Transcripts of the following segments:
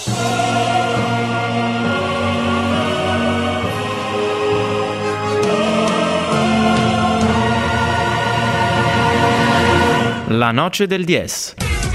La noche del 10.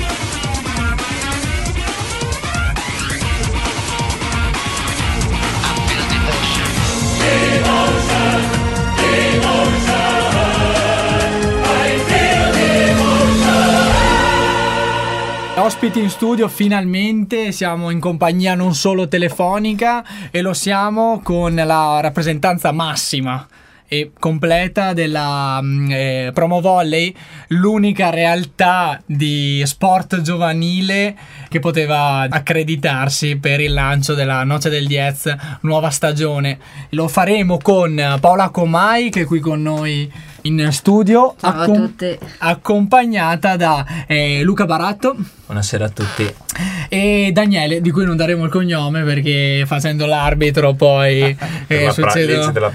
Ospiti in studio, finalmente siamo in compagnia non solo telefonica, e lo siamo con la rappresentanza massima e completa della Promo Volley, l'unica realtà di sport giovanile che poteva accreditarsi per il lancio della Noce del Diez nuova stagione. Lo faremo con Paola Comai, che è qui con noi in studio, Ciao a tutti. accompagnata da Luca Baratto. Buonasera a tutti. E Daniele, di cui non daremo il cognome perché facendo l'arbitro poi succede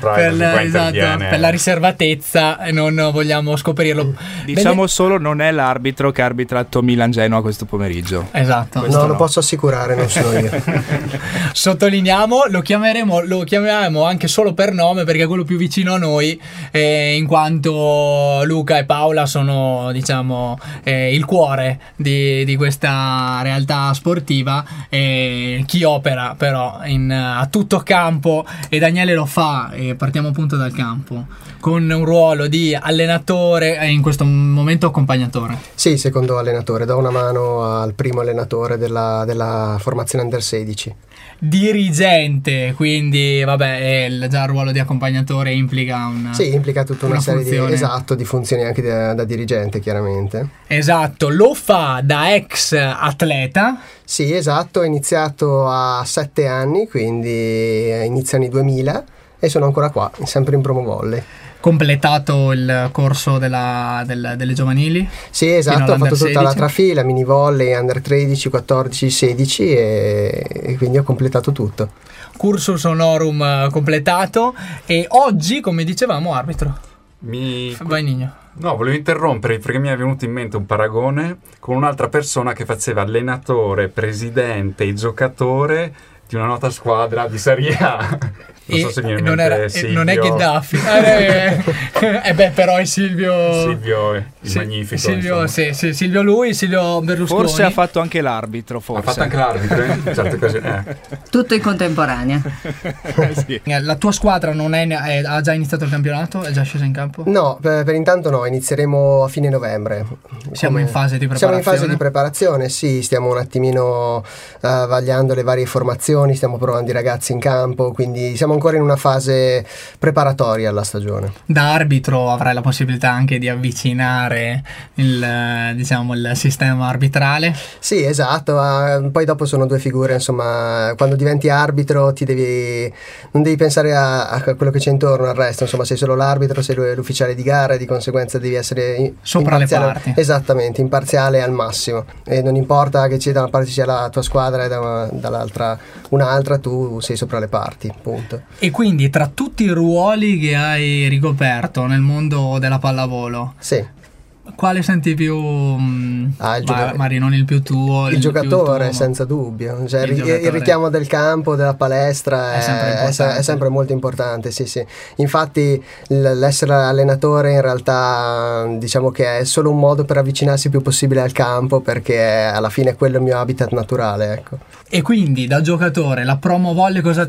per la riservatezza non vogliamo scoprirlo. Diciamo solo non è l'arbitro che ha arbitrato Milan-Genoa questo pomeriggio. Esatto. No, lo posso assicurare, non sono io. Sottolineiamo, lo chiameremo anche solo per nome perché è quello più vicino a noi, in quanto Luca e Paola sono, diciamo, il cuore di questa realtà sportiva, chi opera però a tutto campo, e Daniele lo fa, e partiamo appunto dal campo con un ruolo di allenatore e in questo momento accompagnatore. Sì, secondo allenatore, do una mano al primo allenatore della formazione Under 16. Dirigente, quindi vabbè, già il ruolo di accompagnatore implica implica tutta una serie funzione. di funzioni anche da dirigente, chiaramente. Esatto, lo fa da ex atleta. Sì, esatto, ho iniziato a 7 anni, quindi inizio anni 2000, e sono ancora qua, sempre in Promo Volley. Completato il corso delle giovanili? Sì, esatto, ho fatto tutta la 16. trafila, mini volley, under 13, 14, 16 e quindi ho completato tutto. Cursus honorum completato, e oggi, come dicevamo, arbitro. Vai Nino. No, volevo interrompere perché mi è venuto in mente un paragone con un'altra persona che faceva allenatore, presidente e giocatore di una nota squadra di Serie A. Non so se mi viene in mente Silvio. Non è Gheddafi. Però è Silvio il magnifico. Silvio Berlusconi. Forse ha fatto anche l'arbitro. Ha fatto anche l'arbitro in certe occasioni. Tutto in contemporanea. Sì. La tua squadra ha già iniziato il campionato? È già scesa in campo? No, per intanto no, inizieremo a fine novembre. Siamo in fase di preparazione? Siamo in fase di preparazione, sì, stiamo un attimino vagliando le varie formazioni, stiamo provando i ragazzi in campo, quindi siamo ancora in una fase preparatoria alla stagione. Da arbitro avrai la possibilità anche di avvicinare il sistema arbitrale? Sì, esatto, poi dopo sono due figure, insomma, quando diventi arbitro non devi pensare a quello che c'è intorno al resto, insomma, sei solo l'arbitro, sei l'ufficiale di gara, e di conseguenza devi essere sopra le parti. Esattamente, imparziale al massimo, e non importa che da una parte sia la tua squadra e dall'altra un'altra, tu sei sopra le parti, punto. E quindi tra tutti i ruoli che hai ricoperto nel mondo della pallavolo, sì, quale senti più Mari, non il più tuo? Il giocatore, senza dubbio, cioè, il richiamo del campo, della palestra è sempre molto importante, sì. Infatti l'essere allenatore in realtà diciamo che è solo un modo per avvicinarsi il più possibile al campo, perché alla fine è quello il mio habitat naturale, ecco. E quindi da giocatore la Promo Volley cosa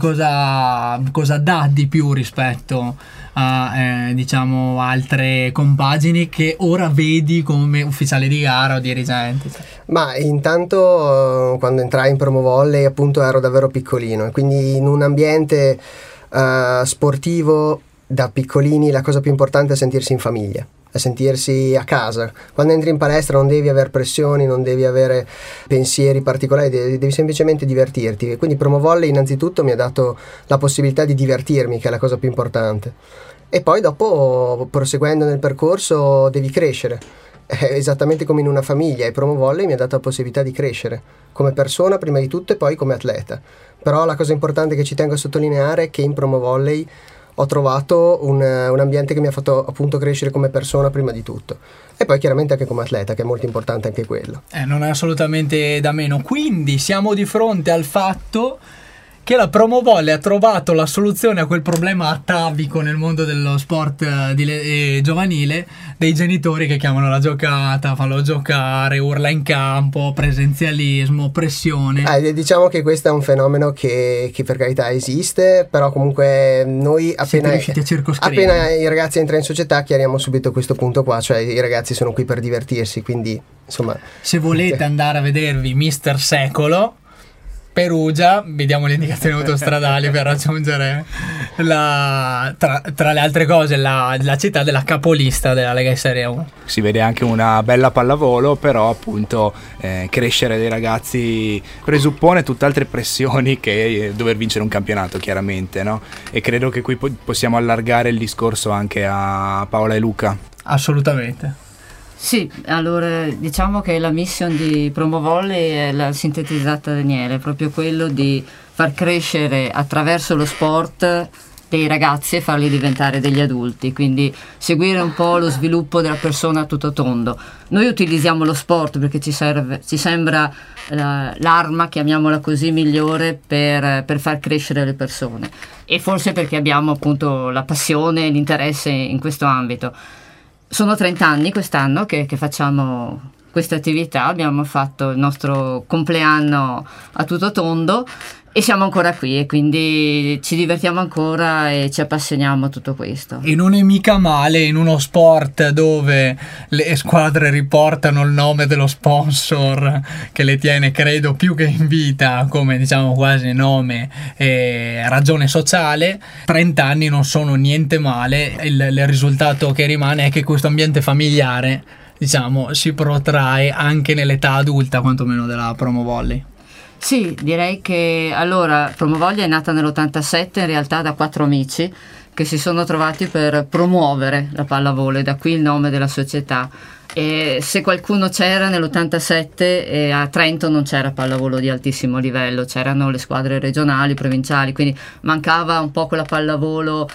dà di più rispetto a diciamo altre compagini che ora vedi come ufficiale di gara o dirigente? Ma intanto quando entrai in Promo Volley appunto ero davvero piccolino, e quindi in un ambiente sportivo da piccolini la cosa più importante è sentirsi in famiglia, a sentirsi a casa. Quando entri in palestra non devi avere pressioni, non devi avere pensieri particolari, devi semplicemente divertirti, e quindi Promo Volley innanzitutto mi ha dato la possibilità di divertirmi, che è la cosa più importante, e poi dopo, proseguendo nel percorso, devi crescere, esattamente come in una famiglia, e Promo Volley mi ha dato la possibilità di crescere come persona prima di tutto e poi come atleta. Però la cosa importante che ci tengo a sottolineare è che in Promo Volley ho trovato un ambiente che mi ha fatto appunto crescere come persona prima di tutto, e poi chiaramente anche come atleta, che è molto importante anche quello. Non è assolutamente da meno. Quindi siamo di fronte al fatto che la Promovolley ha trovato la soluzione a quel problema atavico nel mondo dello sport giovanile, dei genitori che chiamano la giocata, fanno giocare, urla in campo, presenzialismo, pressione. Diciamo che questo è un fenomeno che per carità esiste, però comunque noi appena i ragazzi entrano in società chiariamo subito questo punto qua, cioè i ragazzi sono qui per divertirsi, quindi insomma, se volete andare a vedervi Mister Secolo Perugia, vediamo le indicazioni autostradali per raggiungere tra le altre cose la città della capolista della Lega Serie 1. Si vede anche una bella pallavolo, però appunto crescere dei ragazzi presuppone tutt'altre pressioni che dover vincere un campionato, chiaramente, no? E credo che qui possiamo allargare il discorso anche a Paola e Luca. Assolutamente. Sì, allora diciamo che la mission di Promovolley è la sintetizzata da Daniele, è proprio quello di far crescere attraverso lo sport dei ragazzi e farli diventare degli adulti, quindi seguire un po' lo sviluppo della persona a tutto tondo. Noi utilizziamo lo sport perché ci sembra l'arma, chiamiamola così, migliore per far crescere le persone, e forse perché abbiamo appunto la passione e l'interesse in questo ambito. Sono 30 anni quest'anno che facciamo questa attività, abbiamo fatto il nostro compleanno a tutto tondo e siamo ancora qui, e quindi ci divertiamo ancora e ci appassioniamo a tutto questo. E non è mica male in uno sport dove le squadre riportano il nome dello sponsor che le tiene, credo, più che in vita, come diciamo quasi nome e ragione sociale. 30 anni non sono niente male, il risultato che rimane è che questo ambiente familiare, diciamo, si protrae anche nell'età adulta, quantomeno della Promovolley. Sì, direi che allora Promovolley è nata nell'87 in realtà da 4 amici che si sono trovati per promuovere la pallavolo, da qui il nome della società. E se qualcuno c'era nell'87, a Trento non c'era pallavolo di altissimo livello, c'erano le squadre regionali, provinciali, quindi mancava un po' quella pallavolo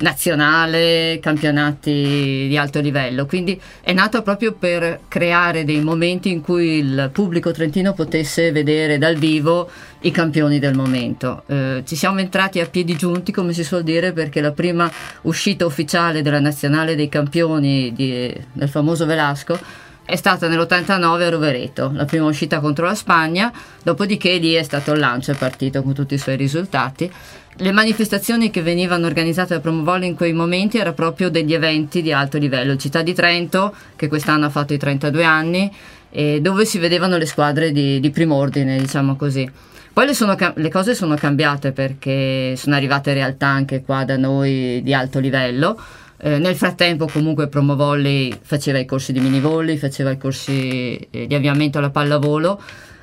nazionale, campionati di alto livello, quindi è nato proprio per creare dei momenti in cui il pubblico trentino potesse vedere dal vivo i campioni del momento. Ci siamo entrati a piedi giunti, come si suol dire, perché la prima uscita ufficiale della nazionale dei campioni del famoso Velasco è stata nell'89 a Rovereto, la prima uscita contro la Spagna, dopodiché lì è stato il lancio, è partito con tutti i suoi risultati. Le manifestazioni che venivano organizzate da Promovolley in quei momenti erano proprio degli eventi di alto livello. Città di Trento, che quest'anno ha fatto i 32 anni, dove si vedevano le squadre di prim'ordine, diciamo così. Poi le cose sono cambiate perché sono arrivate realtà anche qua da noi di alto livello. Nel frattempo comunque Promovolley faceva i corsi di minivolley, faceva i corsi di avviamento alla pallavolo.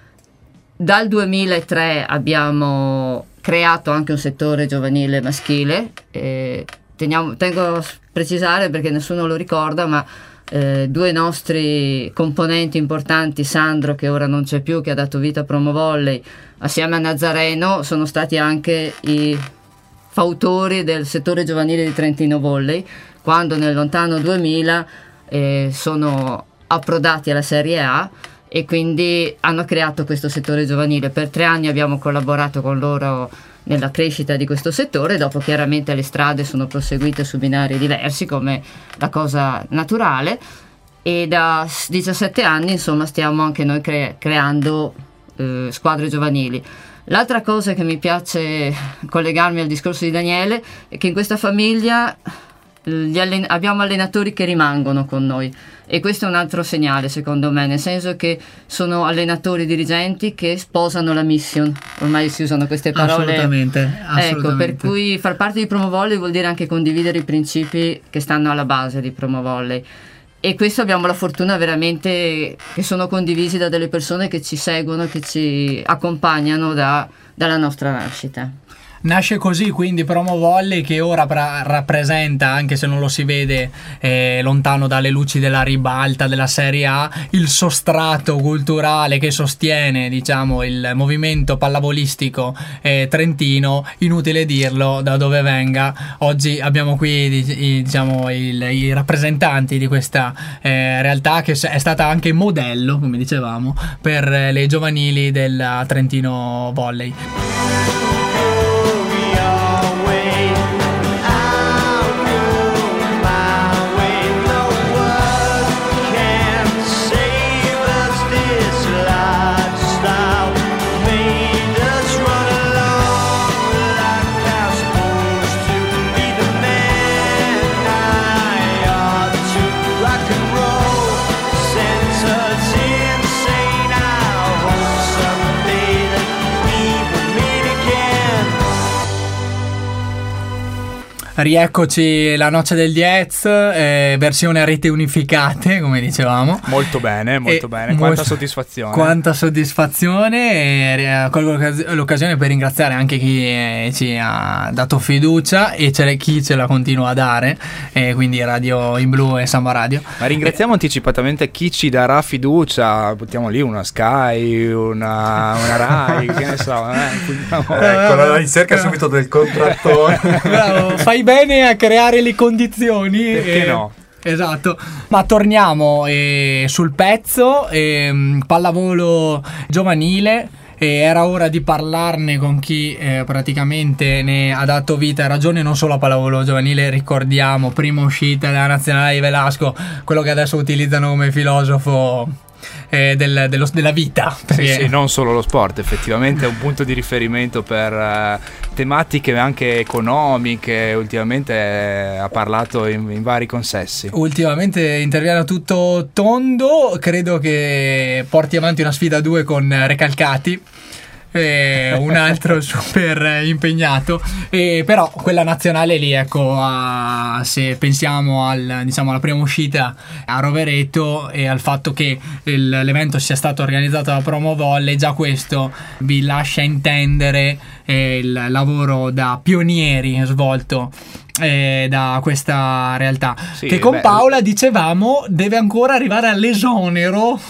Dal 2003 abbiamo creato anche un settore giovanile maschile, tengo a precisare perché nessuno lo ricorda, ma 2 nostri componenti importanti, Sandro, che ora non c'è più, che ha dato vita a Promovolley, assieme a Nazareno, sono stati anche i fautori del settore giovanile di Trentino Volley, quando nel lontano 2000 sono approdati alla Serie A, e quindi hanno creato questo settore giovanile. Per 3 anni abbiamo collaborato con loro nella crescita di questo settore, dopo chiaramente le strade sono proseguite su binari diversi, come la cosa naturale, e da 17 anni insomma stiamo anche noi creando squadre giovanili. L'altra cosa che mi piace collegarmi al discorso di Daniele è che in questa famiglia abbiamo allenatori che rimangono con noi, e questo è un altro segnale secondo me, nel senso che sono allenatori dirigenti che sposano la mission, ormai si usano queste parole. Assolutamente. Ecco, per cui far parte di Promovolley vuol dire anche condividere i principi che stanno alla base di Promovolley, e questo abbiamo la fortuna veramente che sono condivisi da delle persone che ci seguono, che ci accompagnano dalla nostra nascita. Nasce così quindi Promo Volley, che ora rappresenta, anche se non lo si vede lontano dalle luci della ribalta della Serie A, il sostrato culturale che sostiene, diciamo, il movimento pallavolistico trentino. Inutile dirlo da dove venga. Oggi abbiamo qui diciamo i rappresentanti di questa realtà, che è stata anche modello, come dicevamo, per le giovanili del Trentino Volley. Rieccoci, la Noce del Diez, versione a rete unificate, come dicevamo. Molto bene, quanta soddisfazione. Quanta soddisfazione, colgo l'occasione per ringraziare anche chi ci ha dato fiducia e chi ce la continua a dare, quindi Radio In Blu e Samba Radio. Ma ringraziamo anticipatamente chi ci darà fiducia, buttiamo lì una Sky, una Rai, che ne so. Ecco, la ricerca subito del contrattore. Bravo, fai bene a creare le condizioni. Perché no? Esatto, ma torniamo sul pezzo, pallavolo giovanile. Era ora di parlarne con chi praticamente ne ha dato vita e ragione non solo a pallavolo giovanile. Ricordiamo, prima uscita della nazionale di Velasco, quello che adesso utilizzano come filosofo della vita. Sì, non solo lo sport, effettivamente è un punto di riferimento per tematiche anche economiche. Ultimamente ha parlato in vari consessi. Ultimamente interviene a tutto tondo, credo che porti avanti una sfida a 2 con Recalcati. Un altro super impegnato, però quella nazionale lì, ecco, se pensiamo alla prima uscita a Rovereto e al fatto che l'evento sia stato organizzato da Promo Volley, già questo vi lascia intendere il lavoro da pionieri svolto da questa realtà, che con Paola dicevamo deve ancora arrivare all'esonero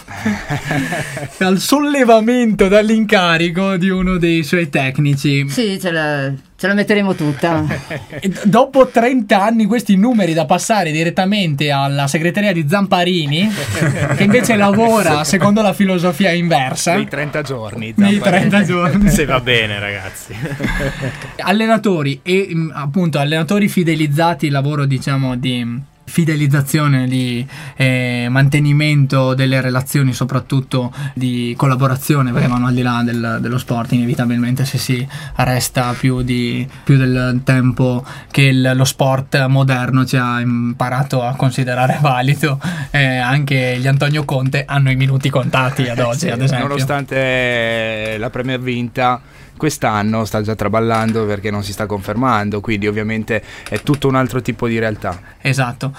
al sollevamento dall'incarico di uno dei suoi tecnici. Sì, ce la metteremo tutta. Dopo 30 anni questi numeri da passare direttamente alla segreteria di Zamparini, che invece lavora secondo la filosofia inversa. Nei 30 giorni. Se va bene, ragazzi. Allenatori e appunto allenatori fidelizzati, il lavoro diciamo di fidelizzazione, di mantenimento delle relazioni, soprattutto di collaborazione, perché vanno al di là dello sport inevitabilmente, se si resta più del tempo che lo sport moderno ci ha imparato a considerare valido. Anche gli Antonio Conte hanno i minuti contati ad oggi, ad esempio. Nonostante la Premier vinta quest'anno, sta già traballando perché non si sta confermando, quindi ovviamente è tutto un altro tipo di realtà. Esatto.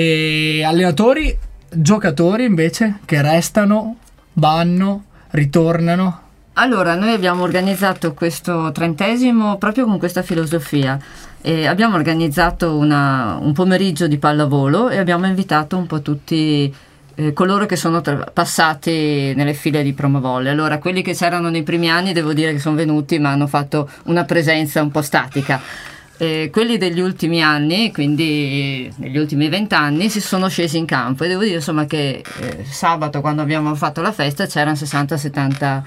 E allenatori, giocatori invece che restano, vanno, ritornano? Allora, noi abbiamo organizzato questo 30° proprio con questa filosofia. Abbiamo organizzato un pomeriggio di pallavolo e abbiamo invitato un po' tutti coloro che sono passati nelle file di Promo Volley. Allora, quelli che c'erano nei primi anni devo dire che sono venuti, ma hanno fatto una presenza un po' statica. Quelli degli ultimi anni, quindi negli ultimi 20 anni, si sono scesi in campo e devo dire insomma che sabato, quando abbiamo fatto la festa, c'erano 60-70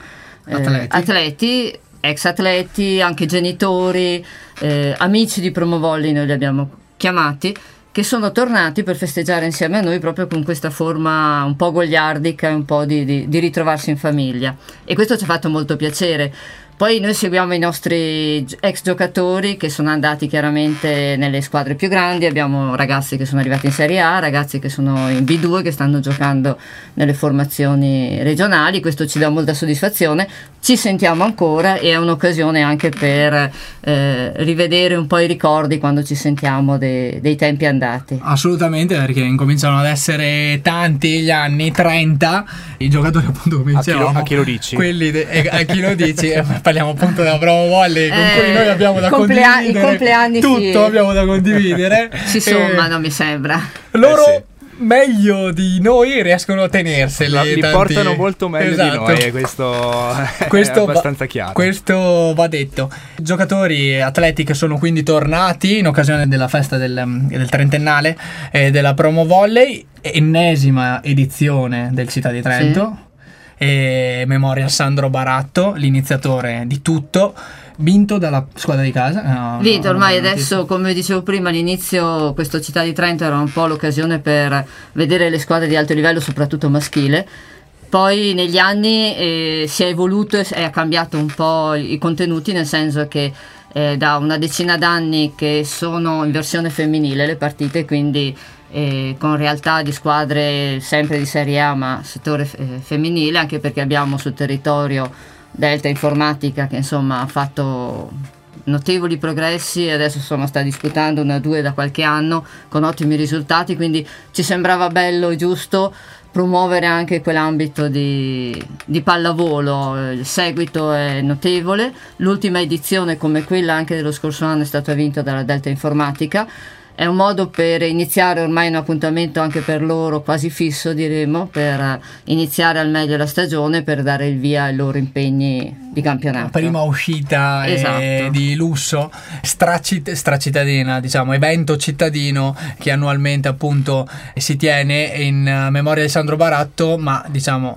atleti, ex atleti, anche genitori, amici di Promo Volley, noi li abbiamo chiamati, che sono tornati per festeggiare insieme a noi proprio con questa forma un po' goliardica e un po' di ritrovarsi in famiglia, e questo ci ha fatto molto piacere. Poi noi seguiamo i nostri ex giocatori che sono andati chiaramente nelle squadre più grandi, abbiamo ragazzi che sono arrivati in Serie A, ragazzi che sono in B2, che stanno giocando nelle formazioni regionali, questo ci dà molta soddisfazione, ci sentiamo ancora e è un'occasione anche per rivedere un po' i ricordi quando ci sentiamo dei tempi andati. Assolutamente, perché incominciano ad essere tanti gli anni 30, i giocatori appunto come dicevamo. A chi lo dici? A chi lo dici? parliamo appunto della Promo Volley con cui noi abbiamo da i condividere compleanni tutto, abbiamo da condividere. Si sommano, mi sembra. Loro sì. meglio di noi riescono a tenerseli. Li portano molto meglio Esatto. di noi, e questo è abbastanza chiaro. Questo va detto. Giocatori atleti che sono quindi tornati in occasione della festa del trentennale della Promo Volley, ennesima edizione del Città di Trento. E memoria a Sandro Baratto, l'iniziatore di tutto, vinto dalla squadra di casa. Vinto ormai adesso, come dicevo prima, all'inizio questo Città di Trento era un po' l'occasione per vedere le squadre di alto livello, soprattutto maschile. Poi negli anni si è evoluto e ha cambiato un po' i contenuti, nel senso che da una decina d'anni che sono in versione femminile le partite, quindi con realtà di squadre sempre di Serie A ma settore femminile, anche perché abbiamo sul territorio Delta Informatica che insomma ha fatto notevoli progressi e adesso sta disputando 1-2 da qualche anno con ottimi risultati, quindi ci sembrava bello e giusto promuovere anche quell'ambito di pallavolo. Il seguito è notevole, l'ultima edizione come quella anche dello scorso anno è stata vinta dalla Delta Informatica. È un modo per iniziare ormai un appuntamento anche per loro quasi fisso, diremo, per iniziare al meglio la stagione, per dare il via ai loro impegni di campionato. Prima uscita di lusso, stracittadina, diciamo, evento cittadino che annualmente appunto si tiene in memoria di Sandro Baratto, ma diciamo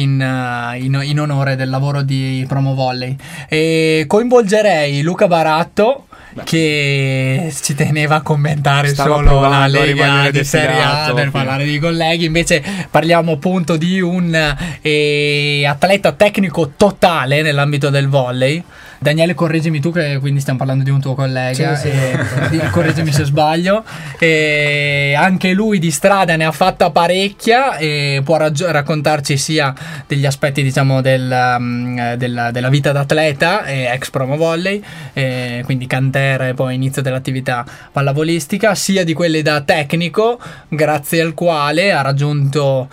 in onore del lavoro di Promo Volley. E coinvolgerei Luca Baratto, che ci teneva a commentare solo la Lega di Serie A per parlare di colleghi. Invece parliamo appunto di un atleta tecnico totale nell'ambito del volley. Daniele, correggimi tu, che quindi stiamo parlando di un tuo collega, sì. correggimi se sbaglio. Anche lui di strada ne ha fatta parecchia e può raccontarci sia degli aspetti, diciamo, della vita d'atleta, ex Promo Volley, quindi cantera e poi inizio dell'attività pallavolistica, sia di quelli da tecnico, grazie al quale ha raggiunto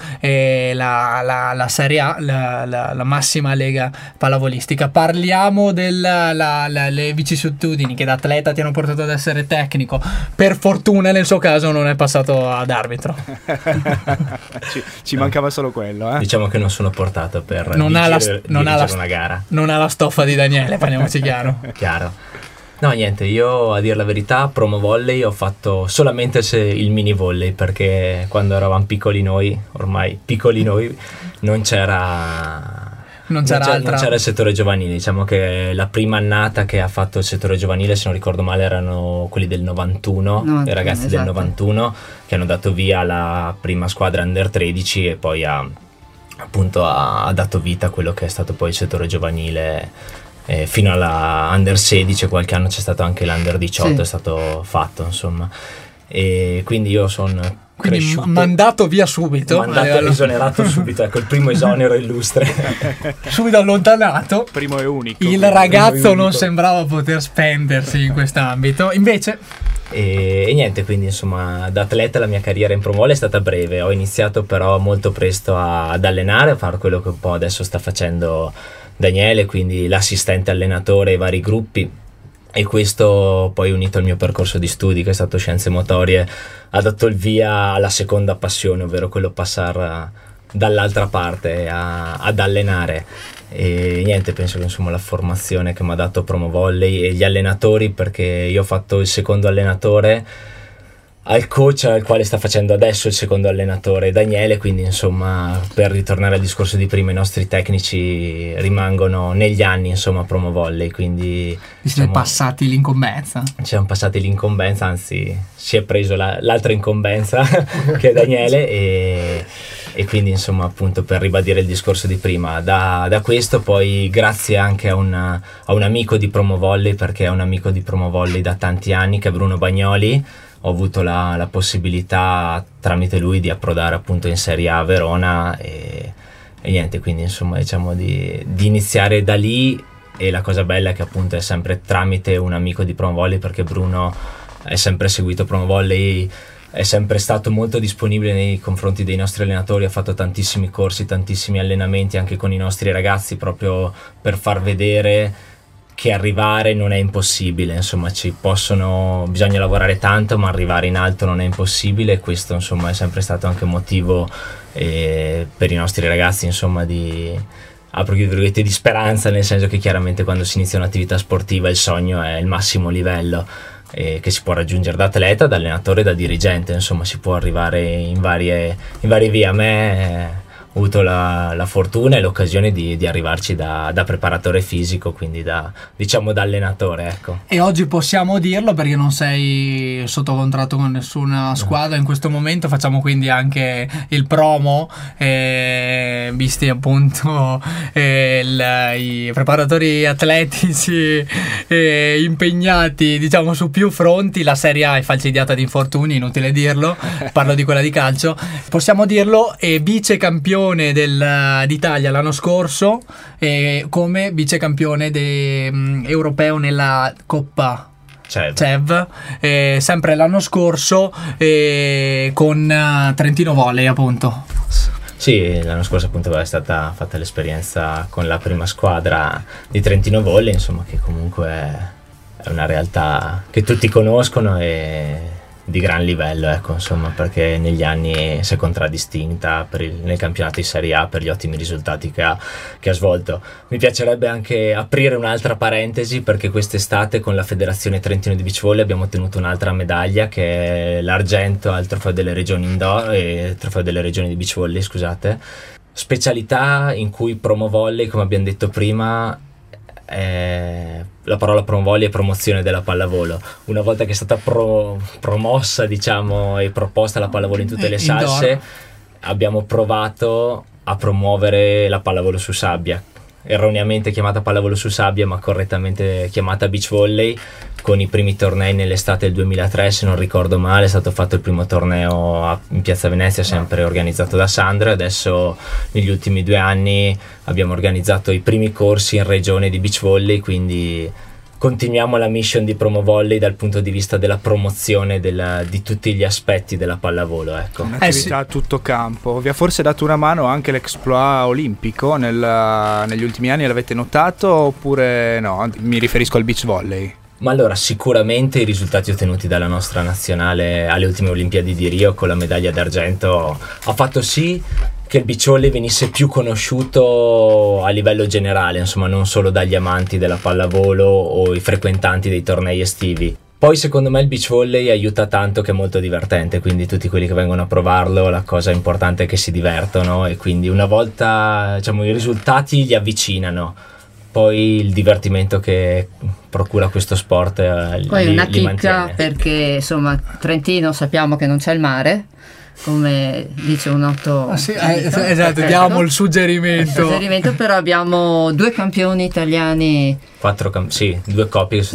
la Serie A, la massima lega pallavolistica. Parliamo le vicissitudini che da atleta ti hanno portato ad essere tecnico. Per fortuna nel suo caso non è passato ad arbitro. ci mancava solo quello, Diciamo che non sono portato per dirigere una gara. Non ha la stoffa di Daniele, parliamoci chiaro. No, niente, io a dire la verità Promo Volley ho fatto solamente il mini volley, perché quando eravamo piccoli noi non c'era il settore giovanile. Diciamo che la prima annata che ha fatto il settore giovanile, se non ricordo male, erano quelli del 91, i ragazzi del 91 che hanno dato via alla prima squadra Under 13 e poi ha dato vita a quello che è stato poi il settore giovanile fino alla Under 16. Qualche anno c'è stato anche l'Under 18, è stato fatto, insomma, e quindi io sono cresciuto, mandato via subito, esonerato subito, ecco, il primo esonero illustre. Subito allontanato, primo e unico. Il ragazzo non sembrava poter spendersi in quest'ambito, invece. E niente, quindi insomma da atleta la mia carriera in Promo Volley è stata breve. Ho iniziato però molto presto ad allenare, a fare quello che un po' adesso sta facendo Daniele, quindi l'assistente allenatore ai vari gruppi, e questo poi unito al mio percorso di studi che è stato scienze motorie ha dato il via alla seconda passione, ovvero quello passare dall'altra parte ad allenare. E niente, penso che insomma la formazione che mi ha dato Promo Volley e gli allenatori, perché io ho fatto il secondo allenatore al coach al quale sta facendo adesso il secondo allenatore Daniele, quindi insomma, per ritornare al discorso di prima, i nostri tecnici rimangono negli anni, insomma, Promo Volley, quindi vi siete passati l'incombenza. Ci siamo passati l'incombenza, anzi si è preso l'altra incombenza che è Daniele, e quindi insomma, appunto, per ribadire il discorso di prima, da questo poi grazie anche a un amico di Promo Volley, perché è un amico di Promo Volley da tanti anni, che è Bruno Bagnoli, ho avuto la possibilità tramite lui di approdare appunto in Serie A a Verona e niente, quindi insomma diciamo di iniziare da lì. E la cosa bella è che appunto è sempre tramite un amico di Promo Volley, perché Bruno è sempre seguito Promo Volley, è sempre stato molto disponibile nei confronti dei nostri allenatori, ha fatto tantissimi corsi, tantissimi allenamenti anche con i nostri ragazzi, proprio per far vedere che arrivare non è impossibile, insomma bisogna lavorare tanto, ma arrivare in alto non è impossibile, e questo insomma è sempre stato anche motivo per i nostri ragazzi, insomma, apro virgolette, di speranza, nel senso che chiaramente quando si inizia un'attività sportiva il sogno è il massimo livello che si può raggiungere da atleta, da allenatore, da dirigente, insomma si può arrivare in varie vie. A me ho avuto la fortuna e l'occasione di arrivarci da preparatore fisico, quindi da allenatore, ecco. E oggi possiamo dirlo perché non sei sotto contratto con nessuna squadra in questo momento, facciamo quindi anche il promo, visti appunto i preparatori atletici impegnati diciamo su più fronti. La Serie A è falcidiata di infortuni, inutile dirlo, parlo di quella di calcio, possiamo dirlo, è vice campione d'Italia l'anno scorso, come vice campione europeo nella Coppa CEV, sempre l'anno scorso, con Trentino Volley appunto. Sì, l'anno scorso appunto è stata fatta l'esperienza con la prima squadra di Trentino Volley, insomma, che comunque è una realtà che tutti conoscono e di gran livello, ecco, insomma, perché negli anni si è contraddistinta nel campionato di Serie A per gli ottimi risultati che ha svolto. Mi piacerebbe anche aprire un'altra parentesi, perché quest'estate con la Federazione Trentino di Beach Volley abbiamo ottenuto un'altra medaglia, che è l'argento al Trofeo delle Regioni Indoor e Trofeo delle Regioni di Beach Volley, scusate, specialità in cui promo volley, come abbiamo detto prima, la parola promovolley è promozione della pallavolo. Una volta che è stata promossa, diciamo, e proposta la pallavolo in tutte le salse, abbiamo provato a promuovere la pallavolo su sabbia, erroneamente chiamata pallavolo su sabbia ma correttamente chiamata beach volley, con i primi tornei nell'estate del 2003, se non ricordo male. È stato fatto il primo torneo in Piazza Venezia, sempre organizzato da Sandro, e adesso negli ultimi 2 anni abbiamo organizzato i primi corsi in regione di beach volley, quindi continuiamo la mission di Promo Volley dal punto di vista della promozione di tutti gli aspetti della pallavolo, ecco. Un'attività a tutto campo. Vi ha forse dato una mano anche l'exploit olimpico negli ultimi anni, l'avete notato oppure no? Mi riferisco al beach volley. Ma allora, sicuramente i risultati ottenuti dalla nostra nazionale alle ultime Olimpiadi di Rio con la medaglia d'argento ha fatto sì che il beach volley venisse più conosciuto a livello generale, insomma, non solo dagli amanti della pallavolo o i frequentanti dei tornei estivi. Poi secondo me il beach volley aiuta tanto, che è molto divertente, quindi tutti quelli che vengono a provarlo, la cosa importante è che si divertono, e quindi una volta, diciamo, i risultati li avvicinano. Poi il divertimento che procura questo sport poi una chicca mantiene. Perché insomma Trentino sappiamo che non c'è il mare, come dice un noto esatto, diamo il suggerimento. Però abbiamo 2 campioni italiani, 2 coppie,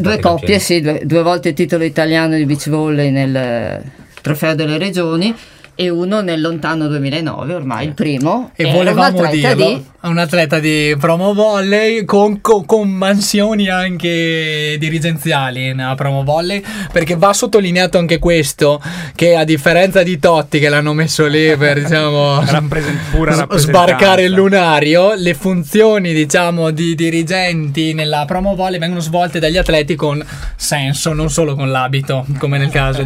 due volte il titolo italiano di beach volley nel Trofeo delle Regioni e uno nel lontano 2009, ormai il primo, e volevamo dirlo, un atleta di Promo Volley con mansioni anche dirigenziali in Promo Volley, perché va sottolineato anche questo, che a differenza di Totti, che l'hanno messo lì per, diciamo, sbarcare il lunario, le funzioni, diciamo, di dirigenti nella Promo Volley vengono svolte dagli atleti con senso, non solo con l'abito, come nel caso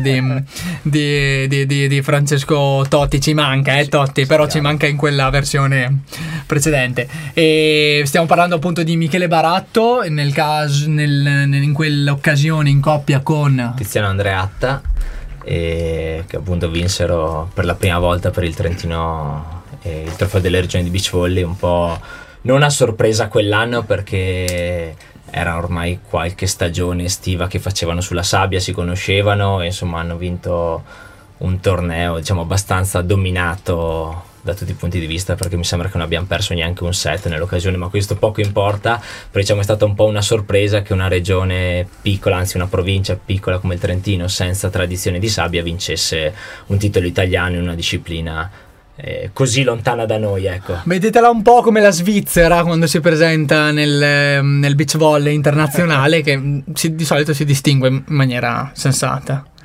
di Francesco Totti. Ci manca Totti, però ci manca in quella versione precedente. E stiamo parlando appunto di Michele Baratto, in quell'occasione in coppia con Tiziano Andreatta, che appunto vinsero per la prima volta per il Trentino il Trofeo delle Regioni di beach volley, un po' non a sorpresa quell'anno, perché era ormai qualche stagione estiva che facevano sulla sabbia, si conoscevano e insomma hanno vinto un torneo, diciamo, abbastanza dominato da tutti i punti di vista, perché mi sembra che non abbiamo perso neanche un set nell'occasione, ma questo poco importa, perché diciamo è stata un po' una sorpresa che una regione piccola, anzi una provincia piccola come il Trentino, senza tradizione di sabbia, vincesse un titolo italiano in una disciplina così lontana da noi, ecco. Vedetela un po' come la Svizzera quando si presenta nel beach volley internazionale, che di solito si distingue in maniera sensata.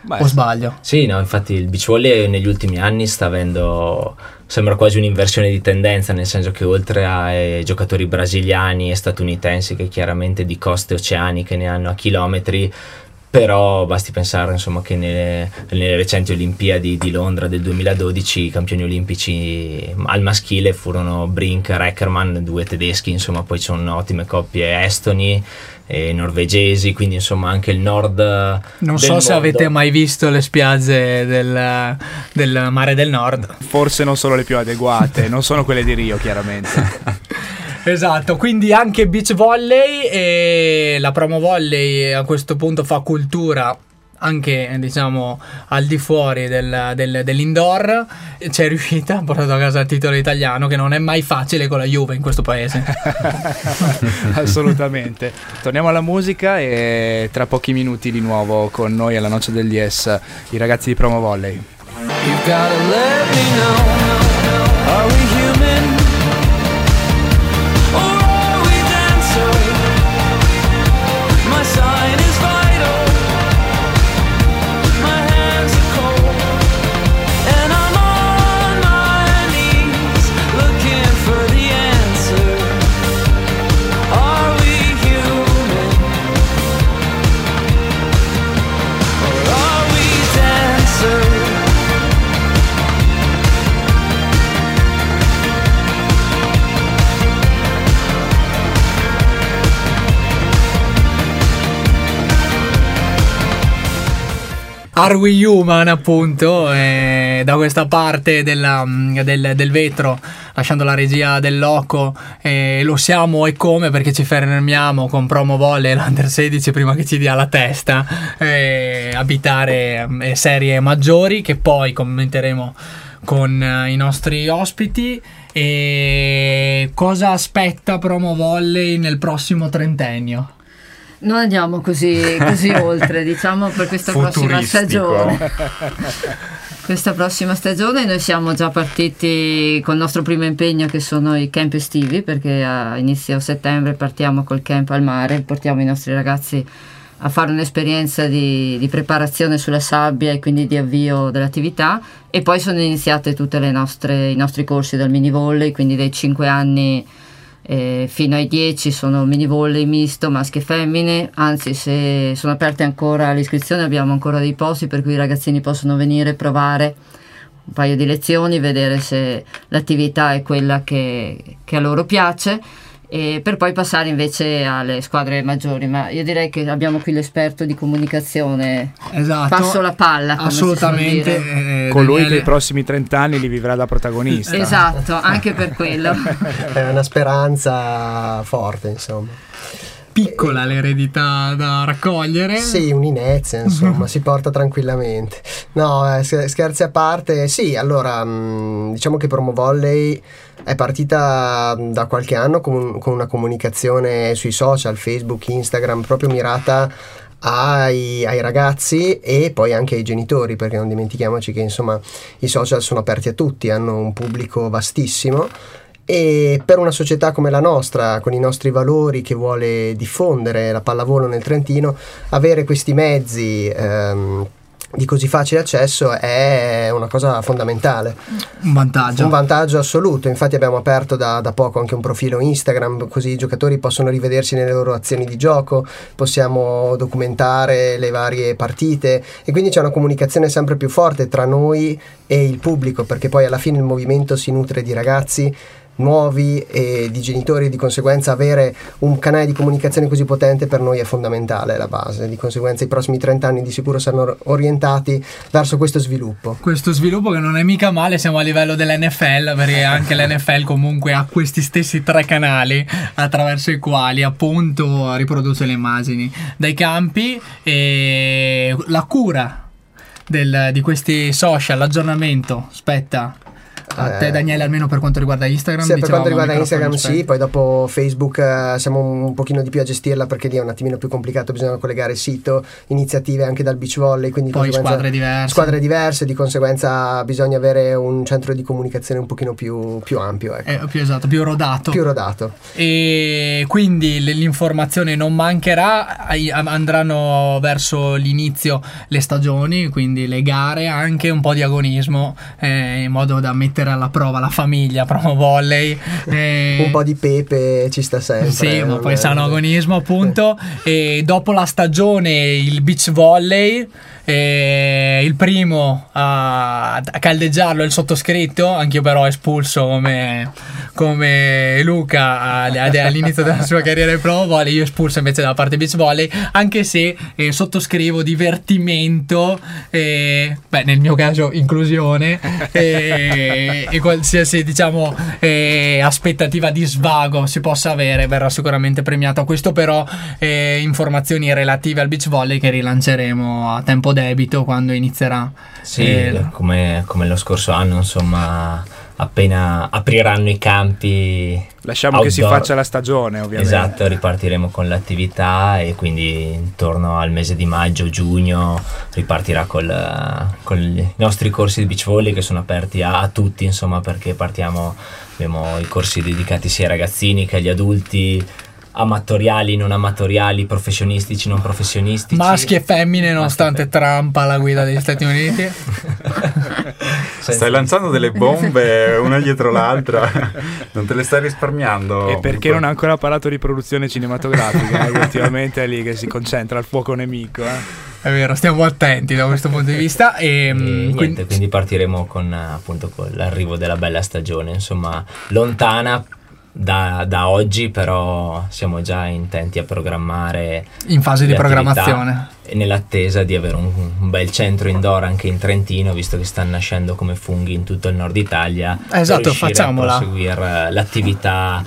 Beh, o sbaglio? Sì, no, infatti il beach volley negli ultimi anni sembra quasi un'inversione di tendenza, nel senso che oltre ai giocatori brasiliani e statunitensi che chiaramente di coste oceaniche ne hanno a chilometri, però basti pensare insomma che nelle recenti Olimpiadi di Londra del 2012 i campioni olimpici al maschile furono Brink e Reckerman, 2 tedeschi, insomma poi ci sono ottime coppie estoni e norvegesi, quindi insomma anche il nord non so se avete mai visto le spiagge del mare del nord. Forse non sono le più adeguate, non sono quelle di Rio chiaramente. Esatto, quindi anche beach volley, e la promo volley a questo punto fa cultura anche, diciamo, al di fuori dell'indoor. C'è riuscita, ha portato a casa il titolo italiano, che non è mai facile con la Juve in questo paese. Assolutamente. Torniamo alla musica e tra pochi minuti di nuovo con noi alla Noce del Yes i ragazzi di Promo Volley. You've gotta let me know, are we human? Are We Human, appunto, da questa parte del vetro, lasciando la regia del loco, lo siamo e come, perché ci fermiamo con Promo Volley l'Under 16 prima che ci dia la testa, abitare serie maggiori che poi commenteremo con i nostri ospiti. E cosa aspetta Promo Volley nel prossimo trentennio? Non andiamo così oltre, diciamo, per questa prossima stagione. Questa prossima stagione noi siamo già partiti col nostro primo impegno, che sono i camp estivi, perché a inizio settembre partiamo col camp al mare, portiamo i nostri ragazzi a fare un'esperienza di preparazione sulla sabbia e quindi di avvio dell'attività, e poi sono iniziate tutte i nostri corsi dal mini volley, quindi dai 5 anni fino ai 10 sono mini volley misto maschi e femmine, anzi se sono aperte ancora le iscrizioni abbiamo ancora dei posti, per cui i ragazzini possono venire, provare un paio di lezioni, vedere se l'attività è quella che a loro piace, e per poi passare invece alle squadre maggiori. Ma io direi che abbiamo qui l'esperto di comunicazione. Esatto, passo la palla, assolutamente, colui che i prossimi 30 anni li vivrà da protagonista. Esatto, anche per quello. È una speranza forte, insomma. Piccola l'eredità da raccogliere. Sì, un'inezia, insomma, si porta tranquillamente. No, scherzi a parte, sì, allora, diciamo che Promo Volley è partita da qualche anno con una comunicazione sui social, Facebook, Instagram, proprio mirata ai ragazzi e poi anche ai genitori, perché non dimentichiamoci che insomma i social sono aperti a tutti, hanno un pubblico vastissimo. E per una società come la nostra, con i nostri valori, che vuole diffondere la pallavolo nel Trentino, avere questi mezzi di così facile accesso è una cosa fondamentale. Un vantaggio assoluto. Infatti abbiamo aperto da poco anche un profilo Instagram, così i giocatori possono rivedersi nelle loro azioni di gioco, possiamo documentare le varie partite, e quindi c'è una comunicazione sempre più forte tra noi e il pubblico, perché poi alla fine il movimento si nutre di ragazzi nuovi e di genitori, e di conseguenza avere un canale di comunicazione così potente per noi è fondamentale, è la base. Di conseguenza i prossimi 30 anni di sicuro saranno orientati verso questo sviluppo che non è mica male. Siamo a livello dell'NFL, perché anche l'NFL comunque ha questi stessi 3 canali attraverso i quali appunto riproduce le immagini dai campi, e la cura di questi social, l'aggiornamento spetta A te Daniele, almeno per quanto riguarda Instagram? Sì, per quanto riguarda dicevamo, Instagram sì, poi dopo Facebook siamo un pochino di più a gestirla perché lì è un attimino più complicato, bisogna collegare il sito, iniziative anche dal beach volley, quindi poi di squadre diverse, di conseguenza bisogna avere un centro di comunicazione un pochino più ampio, ecco. Più esatto, più rodato. E quindi l'informazione non mancherà, andranno verso l'inizio le stagioni, quindi le gare, anche un po' di agonismo in modo da mettere alla prova la famiglia Promo Volley. Un po' di pepe ci sta sempre. Sì, ma poi sano agonismo appunto. E dopo la stagione il beach volley, il primo a caldeggiarlo è il sottoscritto, anch'io però espulso come Luca all'inizio della sua carriera in Pro Volley, io espulso invece dalla parte beach volley, anche se sottoscrivo divertimento, nel mio caso inclusione, e qualsiasi diciamo aspettativa di svago si possa avere verrà sicuramente premiato. Questo però informazioni relative al beach volley che rilanceremo a tempo debito quando inizierà. Sì, come lo scorso anno, insomma, appena apriranno i campi, lasciamo outdoor, che si faccia la stagione, ovviamente. Esatto, ripartiremo con l'attività e quindi intorno al mese di maggio-giugno ripartirà con i nostri corsi di beach volley che sono aperti a tutti, insomma, perché abbiamo i corsi dedicati sia ai ragazzini che agli adulti, amatoriali, non amatoriali, professionistici, non professionistici, maschi e femmine, nonostante Trump alla guida degli Stati Uniti. Stai lanciando delle bombe una dietro l'altra, non te le stai risparmiando. E perché non ha ancora parlato di produzione cinematografica? Ultimamente è lì che si concentra al fuoco nemico. È vero, stiamo attenti da questo punto di vista. Quindi partiremo con l'arrivo della bella stagione, insomma, lontana da oggi, però siamo già intenti a programmare in fase di programmazione e nell'attesa di avere un bel centro indoor anche in Trentino, visto che stanno nascendo come funghi in tutto il nord Italia. Esatto, facciamola. Per proseguire l'attività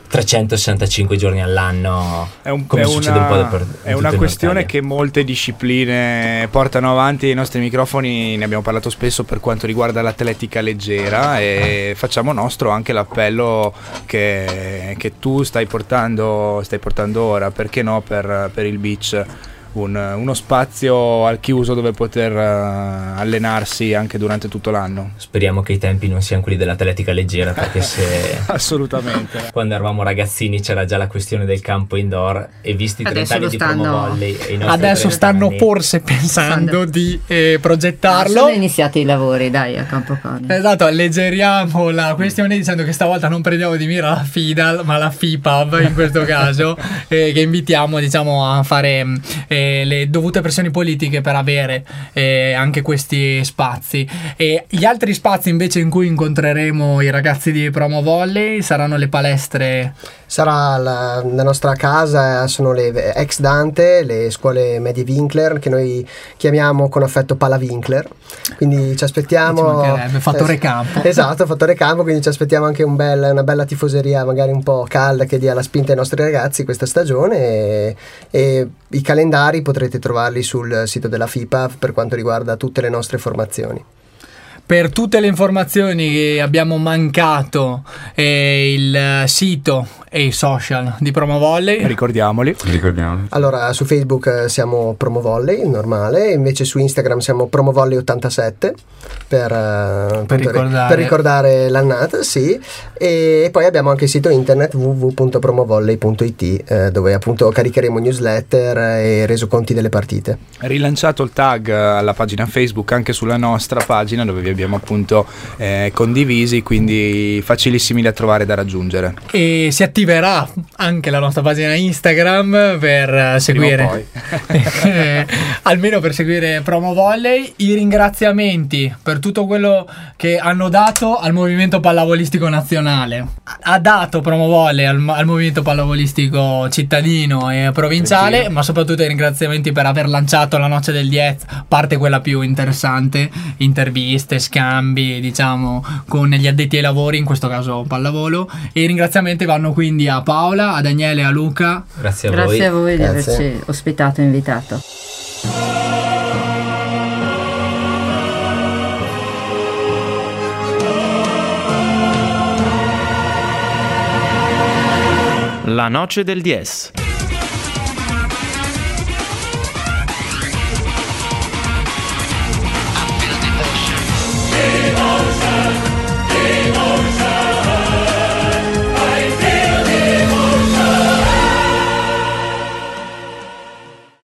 365 giorni all'anno, come succede un po' dappertutto. È una questione che molte discipline portano avanti. I nostri microfoni ne abbiamo parlato spesso per quanto riguarda l'atletica leggera, e facciamo nostro anche l'appello che tu stai portando ora, perché no, per il beach. Uno spazio al chiuso dove poter allenarsi anche durante tutto l'anno. Speriamo che i tempi non siano quelli dell'atletica leggera, perché se assolutamente quando eravamo ragazzini c'era già la questione del campo indoor, e visti i 30 anni di Promo Volley adesso stanno forse pensando di progettarlo. Sono iniziati i lavori, dai, a Campocogne. Esatto, alleggeriamo la questione dicendo che stavolta non prendiamo di mira la FIDAL ma la FIPAV in questo caso, che invitiamo diciamo a fare le dovute pressioni politiche per avere anche questi spazi. E gli altri spazi invece in cui incontreremo i ragazzi di Promo Volley saranno le palestre. Sarà la nostra casa, sono le ex Dante, le scuole medie Winkler, che noi chiamiamo con affetto Pala Winkler, quindi ci aspettiamo fattore campo. Esatto, fattore campo, quindi ci aspettiamo anche una bella tifoseria magari un po' calda che dia la spinta ai nostri ragazzi questa stagione, e i calendari potrete trovarli sul sito della FIPA per quanto riguarda tutte le nostre formazioni. Per tutte le informazioni che abbiamo mancato, il sito e i social di Promo Volley, ricordiamoli. Allora, su Facebook siamo Promo Volley normale, invece su Instagram siamo Promo Volley 87 per ricordare l'annata, sì. E poi abbiamo anche il sito internet www.promovolley.it, dove appunto caricheremo newsletter e resoconti delle partite. Rilanciato il tag alla pagina Facebook anche sulla nostra pagina, dove vi abbiamo appunto condivisi, quindi facilissimi da trovare, da raggiungere. E si attiverà anche la nostra pagina Instagram per seguire almeno per seguire Promo Volley. I ringraziamenti per tutto quello che hanno dato al movimento pallavolistico nazionale, ha dato Promo Volley al movimento pallavolistico cittadino e provinciale, ma soprattutto i ringraziamenti per aver lanciato la Noce del 10, parte quella più interessante, interviste, scambi diciamo con gli addetti ai lavori, in questo caso pallavolo. E i ringraziamenti vanno quindi a Paola, a Daniele e a Luca. Grazie a voi di averci ospitato e invitato. La noce del 10.